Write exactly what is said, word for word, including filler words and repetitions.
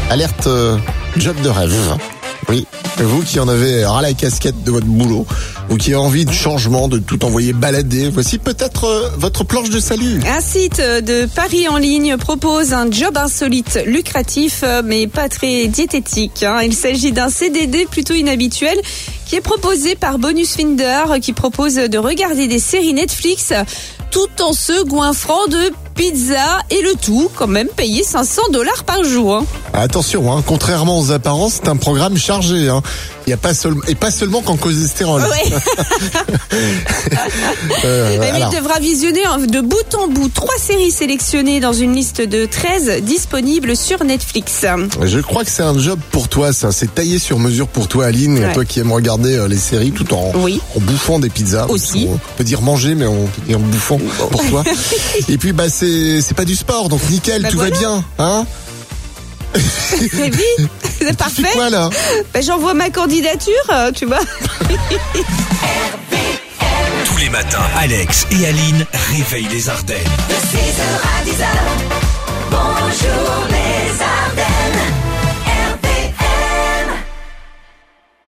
Alerte euh, job de rêve. Oui, vous qui en avez ras la casquette de votre boulot, ou qui avez envie de changement, de tout envoyer balader, voici peut-être euh, votre planche de salut. Un site de paris en ligne propose un job insolite, lucratif, mais pas très diététique. Hein. Il s'agit d'un C D D plutôt inhabituel qui est proposé par Bonus Finder, qui propose de regarder des séries Netflix tout en se goinfrant de pizza, et le tout quand même payé cinq cents dollars par jour. Hein. Attention, hein, contrairement aux apparences, c'est un programme chargé. Hein. Il y a pas seul... et pas seulement qu'en cholestérol. Ouais. euh, Mais alors... il devra visionner de bout en bout trois séries sélectionnées dans une liste de treize disponibles sur Netflix. Je crois que c'est un job pour toi, ça. C'est taillé sur mesure pour toi, Aline, ouais. Et toi qui aimes regarder les séries tout en, oui. en bouffant des pizzas. Aussi. On peut dire manger, mais on peut dire en bouffant pour toi. Et puis, bah, c'est, c'est pas du sport, donc nickel, bah tout voilà. va bien, hein? C'est vite, c'est parfait. Tu fais quoi là? Bah, j'envoie ma candidature, tu vois. Tous les matins, Alex et Aline réveillent les Ardennes. De six heures à dix heures, bonjour.